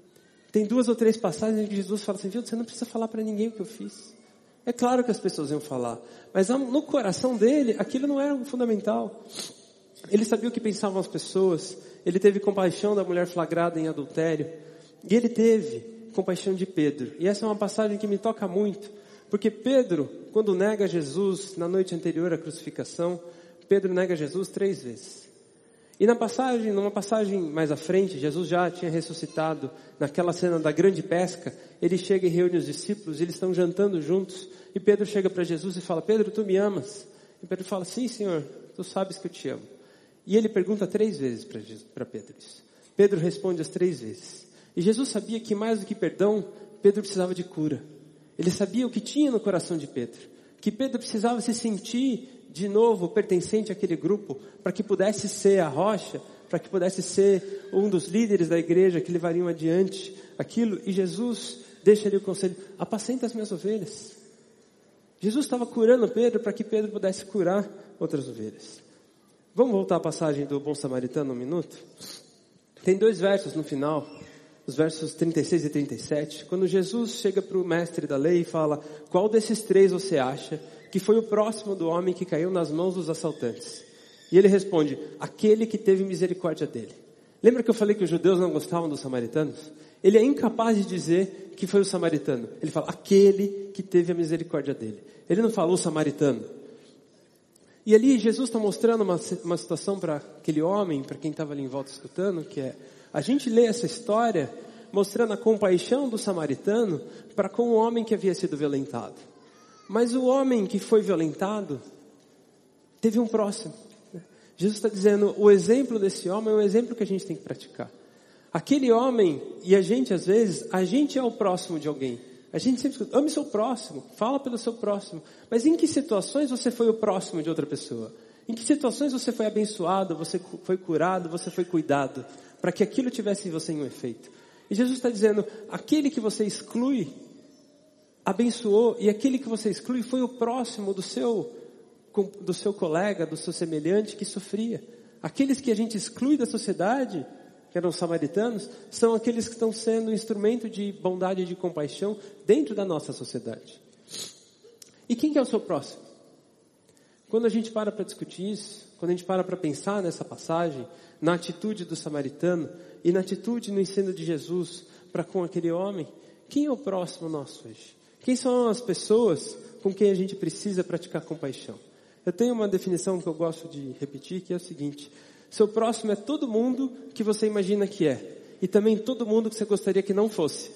Tem duas ou três passagens em que Jesus fala assim, viu, você não precisa falar para ninguém o que eu fiz. É claro que as pessoas iam falar, mas no coração dele, aquilo não era o fundamental. Ele sabia o que pensavam as pessoas, ele teve compaixão da mulher flagrada em adultério, e ele teve compaixão de Pedro. E essa é uma passagem que me toca muito, porque Pedro, quando nega Jesus na noite anterior à crucificação, Pedro nega Jesus três vezes. E na passagem, numa passagem mais à frente, Jesus já tinha ressuscitado, naquela cena da grande pesca, ele chega e reúne os discípulos, eles estão jantando juntos, e Pedro chega para Jesus e fala, Pedro, tu me amas? E Pedro fala, sim, Senhor, tu sabes que eu te amo. E ele pergunta três vezes para Pedro isso. Pedro responde as três vezes. E Jesus sabia que mais do que perdão, Pedro precisava de cura. Ele sabia o que tinha no coração de Pedro, que Pedro precisava se sentir de novo pertencente àquele grupo, para que pudesse ser a rocha, para que pudesse ser um dos líderes da igreja que levariam adiante aquilo. E Jesus deixa ali o conselho, apacenta as minhas ovelhas. Jesus estava curando Pedro para que Pedro pudesse curar outras ovelhas. Vamos voltar à passagem do bom samaritano um minuto? Tem dois versos no final, os versos trinta e seis e trinta e sete, quando Jesus chega para o mestre da lei e fala, qual desses três você acha que foi o próximo do homem que caiu nas mãos dos assaltantes? E ele responde, aquele que teve misericórdia dele. Lembra que eu falei que os judeus não gostavam dos samaritanos? Ele é incapaz de dizer que foi o samaritano. Ele fala, aquele que teve a misericórdia dele. Ele não falou samaritano. E ali Jesus está mostrando uma, uma situação para aquele homem, para quem estava ali em volta escutando, que é, a gente lê essa história mostrando a compaixão do samaritano para com o homem que havia sido violentado. Mas o homem que foi violentado teve um próximo. Jesus está dizendo, o exemplo desse homem é um exemplo que a gente tem que praticar. Aquele homem, e a gente às vezes, a gente é o próximo de alguém. A gente sempre escuta, ame seu próximo, fala pelo seu próximo. Mas em que situações você foi o próximo de outra pessoa? Em que situações você foi abençoado, você foi curado, você foi cuidado, para que aquilo tivesse em você um efeito. E Jesus está dizendo, aquele que você exclui, abençoou, e aquele que você exclui foi o próximo do seu, do seu colega, do seu semelhante que sofria. Aqueles que a gente exclui da sociedade, que eram os samaritanos, são aqueles que estão sendo instrumento de bondade e de compaixão dentro da nossa sociedade. E quem que é o seu próximo? Quando a gente para para discutir isso, quando a gente para para pensar nessa passagem, na atitude do samaritano e na atitude no ensino de Jesus para com aquele homem, quem é o próximo nosso hoje? Quem são as pessoas com quem a gente precisa praticar compaixão? Eu tenho uma definição que eu gosto de repetir, que é o seguinte: seu próximo é todo mundo que você imagina que é, e também todo mundo que você gostaria que não fosse.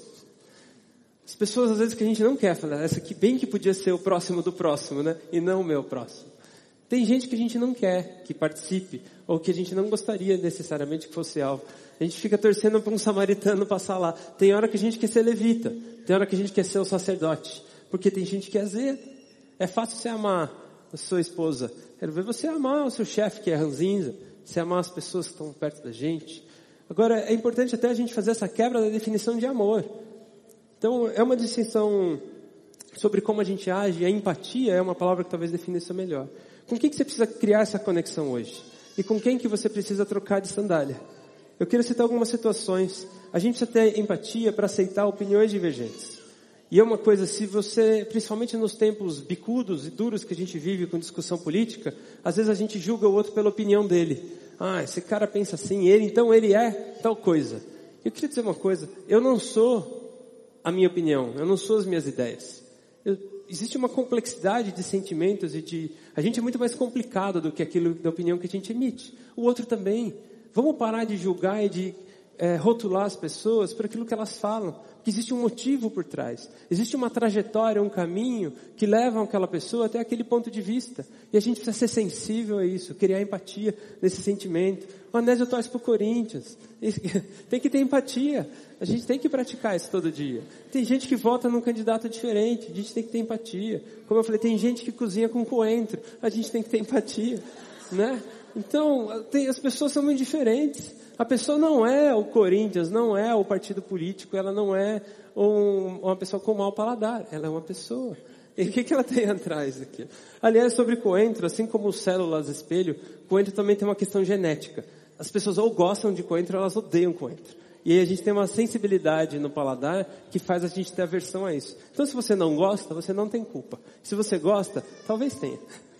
As pessoas às vezes que a gente não quer falar, essa aqui bem que podia ser o próximo do próximo, né? E não o meu próximo. Tem gente que a gente não quer que participe, ou que a gente não gostaria necessariamente que fosse alvo. A gente fica torcendo para um samaritano passar lá. Tem hora que a gente quer ser levita, tem hora que a gente quer ser o sacerdote, porque tem gente que é azedo. É fácil você amar a sua esposa. Quero ver você amar o seu chefe que é ranzinza, você amar as pessoas que estão perto da gente. Agora, é importante até a gente fazer essa quebra da definição de amor. Então, é uma distinção sobre como a gente age. A empatia é uma palavra que talvez defina isso melhor. Com quem que você precisa criar essa conexão hoje? E com quem que você precisa trocar de sandália? Eu quero citar algumas situações. A gente precisa ter empatia para aceitar opiniões divergentes. E é uma coisa, se você, principalmente nos tempos bicudos e duros que a gente vive com discussão política, às vezes a gente julga o outro pela opinião dele. Ah, esse cara pensa assim, ele, então ele é tal coisa. Eu queria dizer uma coisa, eu não sou a minha opinião, eu não sou as minhas ideias. Eu, existe uma complexidade de sentimentos e de... A gente é muito mais complicado do que aquilo da opinião que a gente emite. O outro também. Vamos parar de julgar e de é, rotular as pessoas por aquilo que elas falam. Porque existe um motivo por trás. Existe uma trajetória, um caminho que levam aquela pessoa até aquele ponto de vista. E a gente precisa ser sensível a isso, criar empatia nesse sentimento. O Anésio torce pro Corinthians. Tem que ter empatia. A gente tem que praticar isso todo dia. Tem gente que vota num candidato diferente. A gente tem que ter empatia. Como eu falei, tem gente que cozinha com coentro. A gente tem que ter empatia, né? Então, tem, as pessoas são muito diferentes. A pessoa não é o Corinthians, não é o partido político, ela não é um, uma pessoa com mau paladar, ela é uma pessoa. E o que, que ela tem atrás aqui? Aliás, sobre coentro, assim como células espelho, coentro também tem uma questão genética. As pessoas ou gostam de coentro ou elas odeiam coentro. E aí a gente tem uma sensibilidade no paladar que faz a gente ter aversão a isso. Então, se você não gosta, você não tem culpa. Se você gosta, talvez tenha.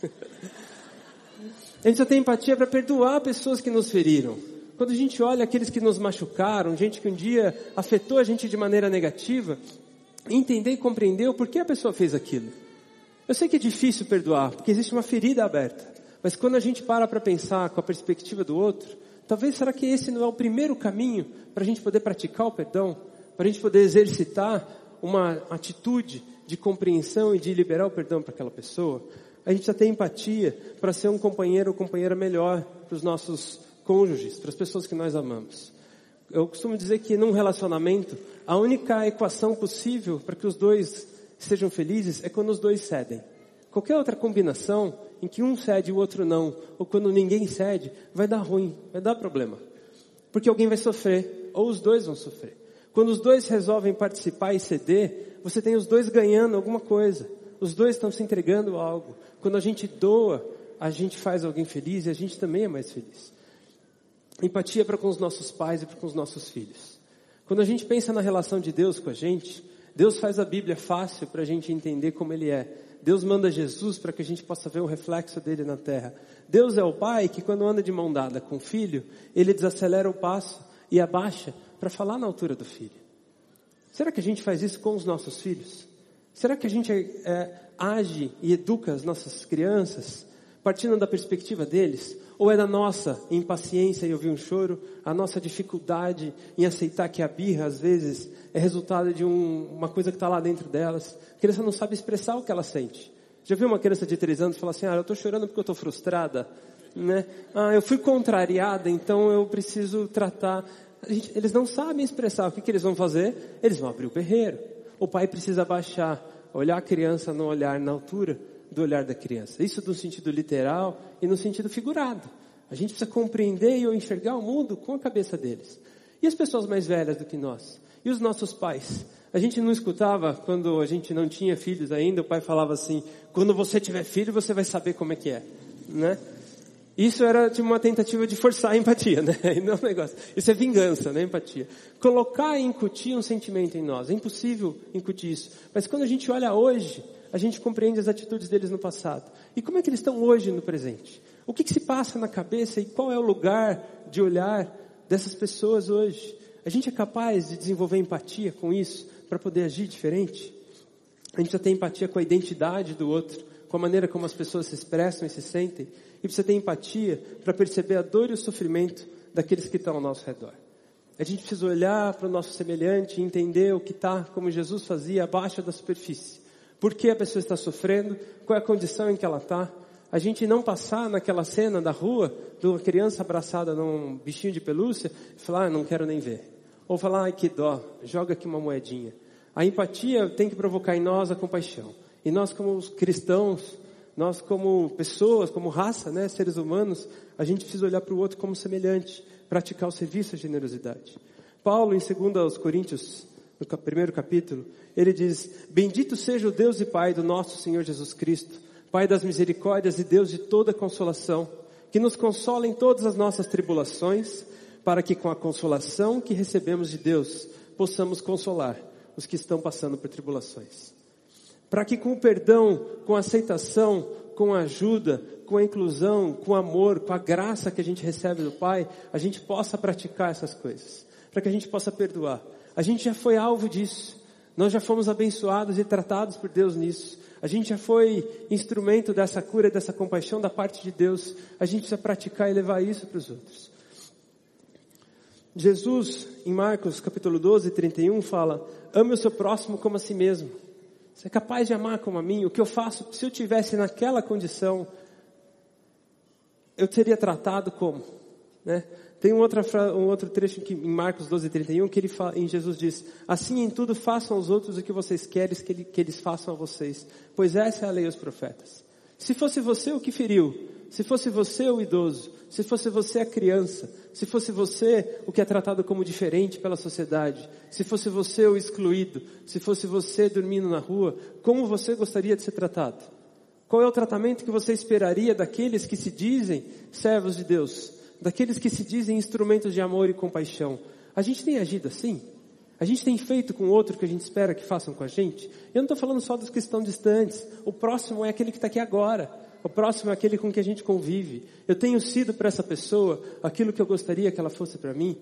A gente só tem empatia para perdoar pessoas que nos feriram. Quando a gente olha aqueles que nos machucaram, gente que um dia afetou a gente de maneira negativa, entender e compreender o porquê a pessoa fez aquilo. Eu sei que é difícil perdoar, porque existe uma ferida aberta. Mas quando a gente para para pensar com a perspectiva do outro, talvez será que esse não é o primeiro caminho para a gente poder praticar o perdão? Para a gente poder exercitar uma atitude de compreensão e de liberar o perdão para aquela pessoa? A gente já tem empatia para ser um companheiro ou companheira melhor para os nossos cônjuges, para as pessoas que nós amamos. Eu costumo dizer que num relacionamento, a única equação possível para que os dois sejam felizes é quando os dois cedem. Qualquer outra combinação em que um cede e o outro não, ou quando ninguém cede, vai dar ruim, vai dar problema. Porque alguém vai sofrer, ou os dois vão sofrer. Quando os dois resolvem participar e ceder, você tem os dois ganhando alguma coisa. Os dois estão se entregando a algo. Quando a gente doa, a gente faz alguém feliz e a gente também é mais feliz. Empatia para com os nossos pais e para com os nossos filhos. Quando a gente pensa na relação de Deus com a gente, Deus faz a Bíblia fácil para a gente entender como Ele é. Deus manda Jesus para que a gente possa ver o reflexo dele na terra. Deus é o pai que quando anda de mão dada com o filho, Ele desacelera o passo e abaixa para falar na altura do filho. Será que a gente faz isso com os nossos filhos? Será que a gente é, age e educa as nossas crianças partindo da perspectiva deles? Ou é da nossa impaciência em ouvir um choro, a nossa dificuldade em aceitar que a birra, às vezes, é resultado de um, uma coisa que está lá dentro delas? A criança não sabe expressar o que ela sente. Já viu uma criança de três anos falar assim, ah, eu estou chorando porque eu estou frustrada, né? Ah, eu fui contrariada, então eu preciso tratar. A gente, eles não sabem expressar. O que, que eles vão fazer? Eles vão abrir o berreiro. O pai precisa baixar, olhar a criança no olhar, na altura do olhar da criança. Isso no sentido literal e no sentido figurado. A gente precisa compreender e enxergar o mundo com a cabeça deles. E as pessoas mais velhas do que nós? E os nossos pais? A gente não escutava, quando a gente não tinha filhos ainda, o pai falava assim, quando você tiver filho, você vai saber como é que é, né? Isso era tipo uma tentativa de forçar a empatia, né? Não é um negócio. Isso é vingança, né? Empatia. Colocar e incutir um sentimento em nós. É impossível incutir isso. Mas quando a gente olha hoje, a gente compreende as atitudes deles no passado. E como é que eles estão hoje no presente? O que, que se passa na cabeça e qual é o lugar de olhar dessas pessoas hoje? A gente é capaz de desenvolver empatia com isso para poder agir diferente? A gente precisa ter empatia com a identidade do outro, com a maneira como as pessoas se expressam e se sentem. E precisa ter empatia para perceber a dor e o sofrimento daqueles que estão ao nosso redor. A gente precisa olhar para o nosso semelhante e entender o que está, como Jesus fazia, abaixo da superfície. Por que a pessoa está sofrendo? Qual é a condição em que ela está? A gente não passar naquela cena da rua, de uma criança abraçada num bichinho de pelúcia, e falar, ah, não quero nem ver. Ou falar, ai que dó, joga aqui uma moedinha. A empatia tem que provocar em nós a compaixão. E nós como cristãos, nós como pessoas, como raça, né, seres humanos, a gente precisa olhar para o outro como semelhante, praticar o serviço e a generosidade. Paulo, em dois Coríntios, no primeiro capítulo, ele diz, bendito seja o Deus e Pai do nosso Senhor Jesus Cristo, Pai das misericórdias e Deus de toda consolação, que nos consola em todas as nossas tribulações, para que com a consolação que recebemos de Deus, possamos consolar os que estão passando por tribulações. Para que com o perdão, com a aceitação, com a ajuda, com a inclusão, com o amor, com a graça que a gente recebe do Pai, a gente possa praticar essas coisas. Para que a gente possa perdoar. A gente já foi alvo disso. Nós já fomos abençoados e tratados por Deus nisso. A gente já foi instrumento dessa cura e dessa compaixão da parte de Deus. A gente precisa praticar e levar isso para os outros. Jesus, em Marcos capítulo doze, trinta e um, fala, ame o seu próximo como a si mesmo. Você é capaz de amar como a mim? O que eu faço, se eu tivesse naquela condição, eu seria tratado como? Né? Tem um outro, um outro trecho que, em Marcos doze, trinta e um, que ele fala, em Jesus diz, assim em tudo façam aos outros o que vocês querem que, ele, que eles façam a vocês, pois essa é a lei dos profetas. Se fosse você o que feriu, se fosse você o idoso, se fosse você a criança, se fosse você o que é tratado como diferente pela sociedade, se fosse você o excluído, se fosse você dormindo na rua, como você gostaria de ser tratado? Qual é o tratamento que você esperaria daqueles que se dizem servos de Deus, daqueles que se dizem instrumentos de amor e compaixão? A gente tem agido assim? A gente tem feito com o outro que a gente espera que façam com a gente? Eu não estou falando só dos que estão distantes. O próximo é aquele que está aqui agora. O próximo é aquele com que a gente convive. Eu tenho sido para essa pessoa aquilo que eu gostaria que ela fosse para mim.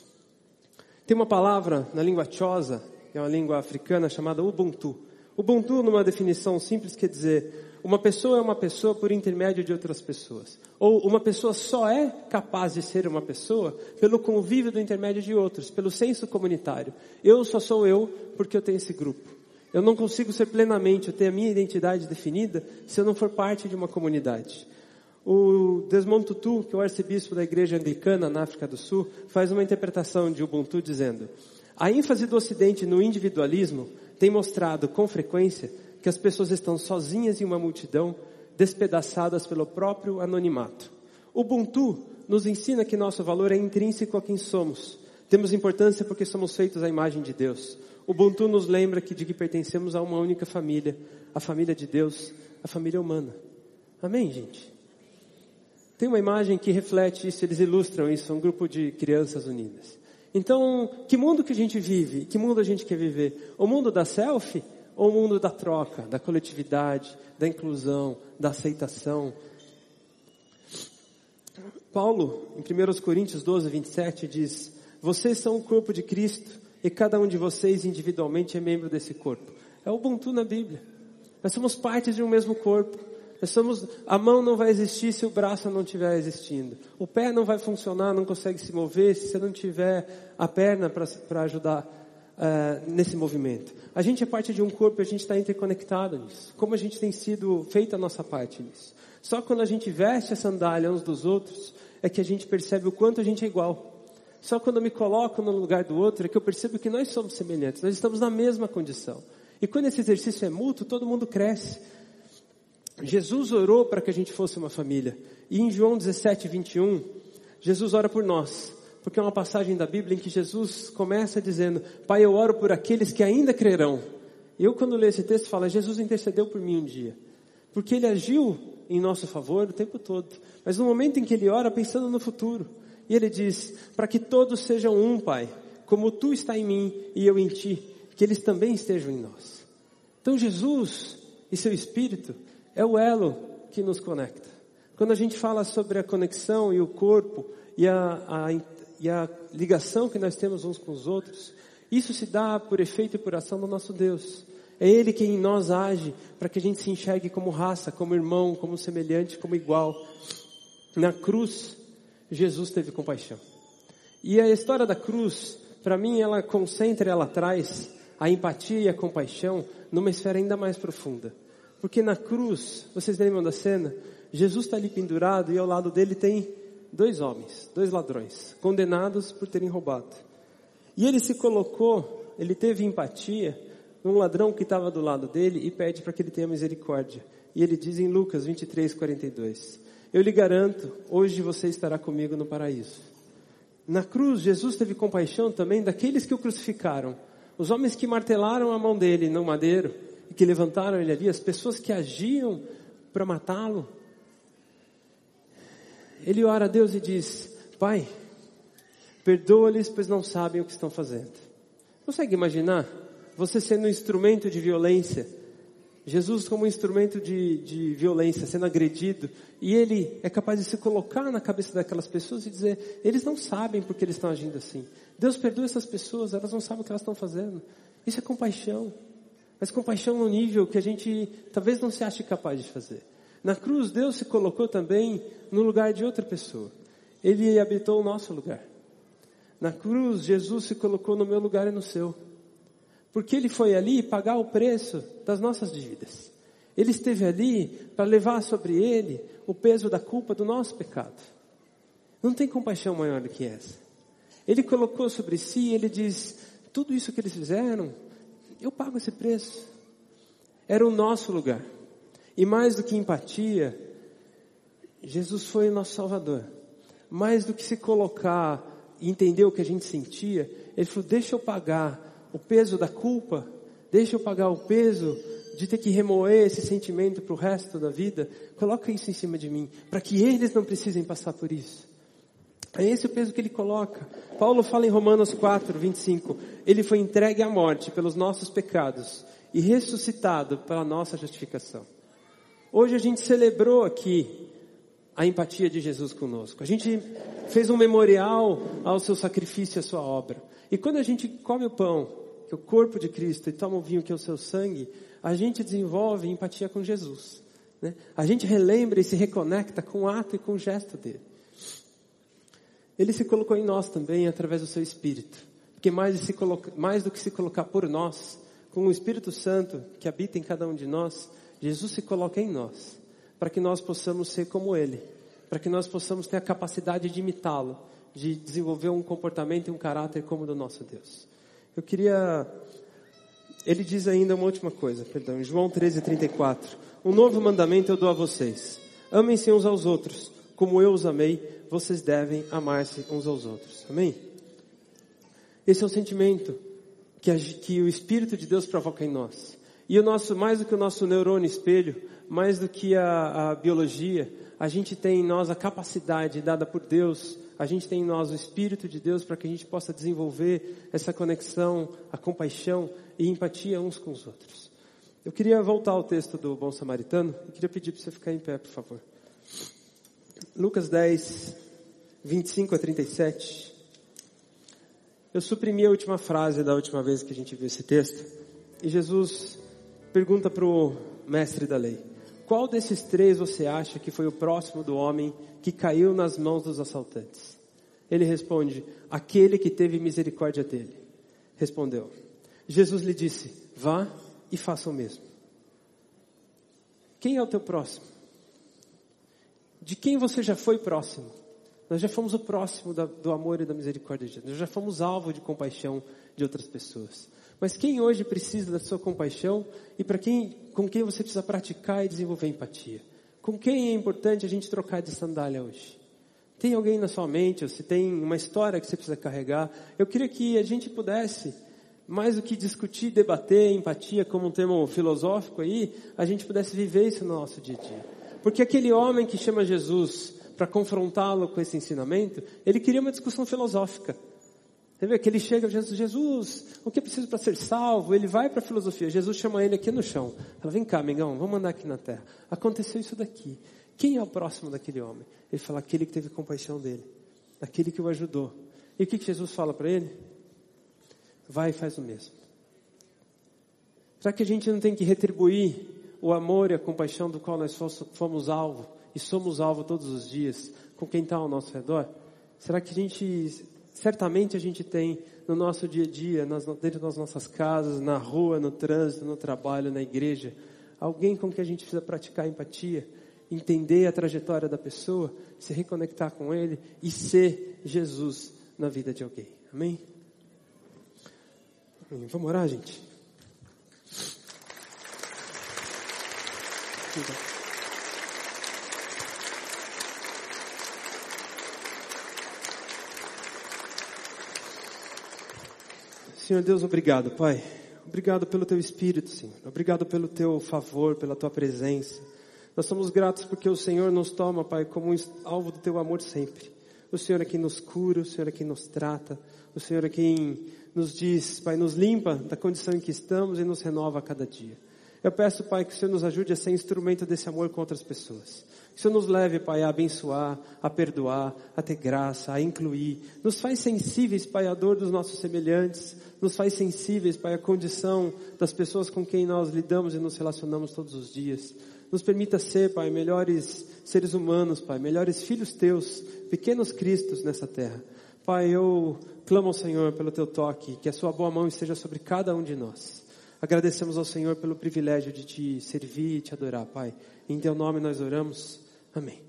Tem uma palavra na língua Xhosa, que é uma língua africana, chamada Ubuntu. Ubuntu, numa definição simples, quer dizer, uma pessoa é uma pessoa por intermédio de outras pessoas. Ou uma pessoa só é capaz de ser uma pessoa pelo convívio do intermédio de outros, pelo senso comunitário. Eu só sou eu porque eu tenho esse grupo. Eu não consigo ser plenamente, eu ter a minha identidade definida se eu não for parte de uma comunidade. O Desmond Tutu, que é o arcebispo da igreja anglicana na África do Sul, faz uma interpretação de Ubuntu dizendo, a ênfase do Ocidente no individualismo tem mostrado com frequência que as pessoas estão sozinhas em uma multidão, despedaçadas pelo próprio anonimato. Ubuntu nos ensina que nosso valor é intrínseco a quem somos. Temos importância porque somos feitos à imagem de Deus. Ubuntu nos lembra que de que pertencemos a uma única família, a família de Deus, a família humana. Amém, gente? Tem uma imagem que reflete isso, eles ilustram isso, um grupo de crianças unidas. Então, que mundo que a gente vive? Que mundo a gente quer viver? O mundo da selfie ou o mundo da troca, da coletividade, da inclusão, da aceitação? Paulo, em primeira Coríntios doze, vinte e sete, diz, vocês são o corpo de Cristo e cada um de vocês individualmente é membro desse corpo. É o Ubuntu na Bíblia. Nós somos partes de um mesmo corpo. Nós somos, a mão não vai existir se o braço não estiver existindo. O pé não vai funcionar, não consegue se mover se você não tiver a perna para ajudar uh, nesse movimento. A gente é parte de um corpo e a gente está interconectado nisso. Como a gente tem sido feita a nossa parte nisso. Só quando a gente veste a sandália uns dos outros é que a gente percebe o quanto a gente é igual. Só quando eu me coloco no lugar do outro é que eu percebo que nós somos semelhantes. Nós estamos na mesma condição. E quando esse exercício é mútuo, todo mundo cresce. Jesus orou para que a gente fosse uma família. E em João dezessete, vinte e um, Jesus ora por nós. Porque é uma passagem da Bíblia em que Jesus começa dizendo: Pai, eu oro por aqueles que ainda crerão. Eu, quando leio esse texto, falo: Jesus intercedeu por mim um dia. Porque Ele agiu em nosso favor o tempo todo. Mas no momento em que Ele ora, pensando no futuro. E Ele diz: para que todos sejam um, Pai, como Tu está em mim e eu em Ti, que eles também estejam em nós. Então Jesus e Seu Espírito é o elo que nos conecta. Quando a gente fala sobre a conexão e o corpo e a, a, e a ligação que nós temos uns com os outros, isso se dá por efeito e por ação do nosso Deus. É Ele quem em nós age para que a gente se enxergue como raça, como irmão, como semelhante, como igual. Na cruz, Jesus teve compaixão. E a história da cruz, para mim, ela concentra, ela traz a empatia e a compaixão numa esfera ainda mais profunda. Porque na cruz, vocês lembram da cena? Jesus está ali pendurado e ao lado dele tem dois homens, dois ladrões, condenados por terem roubado. E ele se colocou, ele teve empatia num ladrão que estava do lado dele e pede para que ele tenha misericórdia. E ele diz em Lucas vinte e três, quarenta e dois, eu lhe garanto, hoje você estará comigo no paraíso. Na cruz, Jesus teve compaixão também daqueles que o crucificaram. Os homens que martelaram a mão dele no madeiro e que levantaram ele ali, as pessoas que agiam para matá-lo. Ele ora a Deus e diz: Pai, perdoa-lhes, pois não sabem o que estão fazendo. Consegue imaginar você sendo um instrumento de violência? Jesus como um instrumento de, de violência, sendo agredido, e Ele é capaz de se colocar na cabeça daquelas pessoas e dizer: eles não sabem porque eles estão agindo assim. Deus perdoa essas pessoas, elas não sabem o que elas estão fazendo. Isso é compaixão. Mas compaixão no nível que a gente talvez não se ache capaz de fazer. Na cruz, Deus se colocou também no lugar de outra pessoa. Ele habitou o nosso lugar. Na cruz, Jesus se colocou no meu lugar e no seu. Porque Ele foi ali pagar o preço das nossas dívidas. Ele esteve ali para levar sobre Ele o peso da culpa do nosso pecado. Não tem compaixão maior do que essa. Ele colocou sobre si, Ele diz: tudo isso que eles fizeram, eu pago esse preço. Era o nosso lugar. E mais do que empatia, Jesus foi o nosso Salvador. Mais do que se colocar e entender o que a gente sentia, Ele falou: deixa eu pagar o peso da culpa, deixa eu pagar o peso de ter que remoer esse sentimento para o resto da vida. Coloca isso em cima de mim, para que eles não precisem passar por isso. É esse o peso que Ele coloca. Paulo fala em Romanos quatro, vinte e cinco, Ele foi entregue à morte pelos nossos pecados e ressuscitado pela nossa justificação. Hoje a gente celebrou aqui a empatia de Jesus conosco. A gente fez um memorial ao seu sacrifício e à sua obra. E quando a gente come o pão, que é o corpo de Cristo, e toma o vinho, que é o seu sangue, a gente desenvolve empatia com Jesus, né? A gente relembra e se reconecta com o ato e com o gesto dele. Ele se colocou em nós também através do seu Espírito. Porque mais, de se coloca, mais do que se colocar por nós, com o Espírito Santo que habita em cada um de nós, Jesus se coloca em nós, para que nós possamos ser como Ele, para que nós possamos ter a capacidade de imitá-lo, de desenvolver um comportamento e um caráter como o do nosso Deus. Eu queria... Ele diz ainda uma última coisa, perdão, em João treze, trinta e quatro. Um novo mandamento eu dou a vocês. Amem-se uns aos outros, como eu os amei, vocês devem amar-se uns aos outros. Amém? Esse é o sentimento que, a, que o Espírito de Deus provoca em nós. E o nosso, mais do que o nosso neurônio espelho, mais do que a, a biologia, a gente tem em nós a capacidade dada por Deus, a gente tem em nós o Espírito de Deus para que a gente possa desenvolver essa conexão, a compaixão e empatia uns com os outros. Eu queria voltar ao texto do Bom Samaritano e queria pedir para você ficar em pé, por favor. Lucas dez, vinte e cinco a trinta e sete. Eu suprimi a última frase da última vez que a gente viu esse texto. E Jesus pergunta para o mestre da lei: qual desses três você acha que foi o próximo do homem que caiu nas mãos dos assaltantes? Ele responde: aquele que teve misericórdia dele. Respondeu. Jesus lhe disse: vá e faça o mesmo. Quem é o teu próximo? De quem você já foi próximo? Nós já fomos o próximo da, do amor e da misericórdia de Deus. Nós já fomos alvo de compaixão de outras pessoas. Mas quem hoje precisa da sua compaixão e para quem, com quem você precisa praticar e desenvolver empatia? Com quem é importante a gente trocar de sandália hoje? Tem alguém na sua mente, ou se tem uma história que você precisa carregar? Eu queria que a gente pudesse, mais do que discutir, debater empatia como um termo filosófico aí, a gente pudesse viver isso no nosso dia a dia. Porque aquele homem que chama Jesus para confrontá-lo com esse ensinamento, ele queria uma discussão filosófica. Você vê que ele chega a Jesus, Jesus, o que é preciso para ser salvo? Ele vai para a filosofia. Jesus chama ele aqui no chão. Fala, vem cá, amigão, vamos andar aqui na terra. Aconteceu isso daqui. Quem é o próximo daquele homem? Ele fala, aquele que teve compaixão dele. Aquele que o ajudou. E o que, que Jesus fala para ele? Vai e faz o mesmo. Será que a gente não tem que retribuir o amor e a compaixão do qual nós fomos alvo? E somos alvo todos os dias com quem está ao nosso redor? Será que a gente, certamente a gente tem no nosso dia a dia, nas, dentro das nossas casas, na rua, no trânsito, no trabalho, na igreja, alguém com quem a gente precisa praticar empatia, entender a trajetória da pessoa, se reconectar com ele e ser Jesus na vida de alguém. Amém? Amém. Vamos orar, gente? Senhor Deus, obrigado, Pai. Obrigado pelo Teu Espírito, Senhor. Obrigado pelo Teu favor, pela Tua presença. Nós somos gratos porque o Senhor nos toma, Pai, como um alvo do Teu amor sempre. O Senhor é quem nos cura, o Senhor é quem nos trata. O Senhor é quem nos diz, Pai, nos limpa da condição em que estamos e nos renova a cada dia. Eu peço, Pai, que o Senhor nos ajude a ser instrumento desse amor com outras pessoas. Que o Senhor nos leve, Pai, a abençoar, a perdoar, a ter graça, a incluir. Nos faz sensíveis, Pai, à dor dos nossos semelhantes. Nos faz sensíveis, Pai, à condição das pessoas com quem nós lidamos e nos relacionamos todos os dias. Nos permita ser, Pai, melhores seres humanos, Pai, melhores filhos Teus, pequenos cristos nessa terra. Pai, eu clamo ao Senhor pelo Teu toque, que a Sua boa mão esteja sobre cada um de nós. Agradecemos ao Senhor pelo privilégio de Te servir e Te adorar, Pai. Em Teu nome nós oramos. Amém.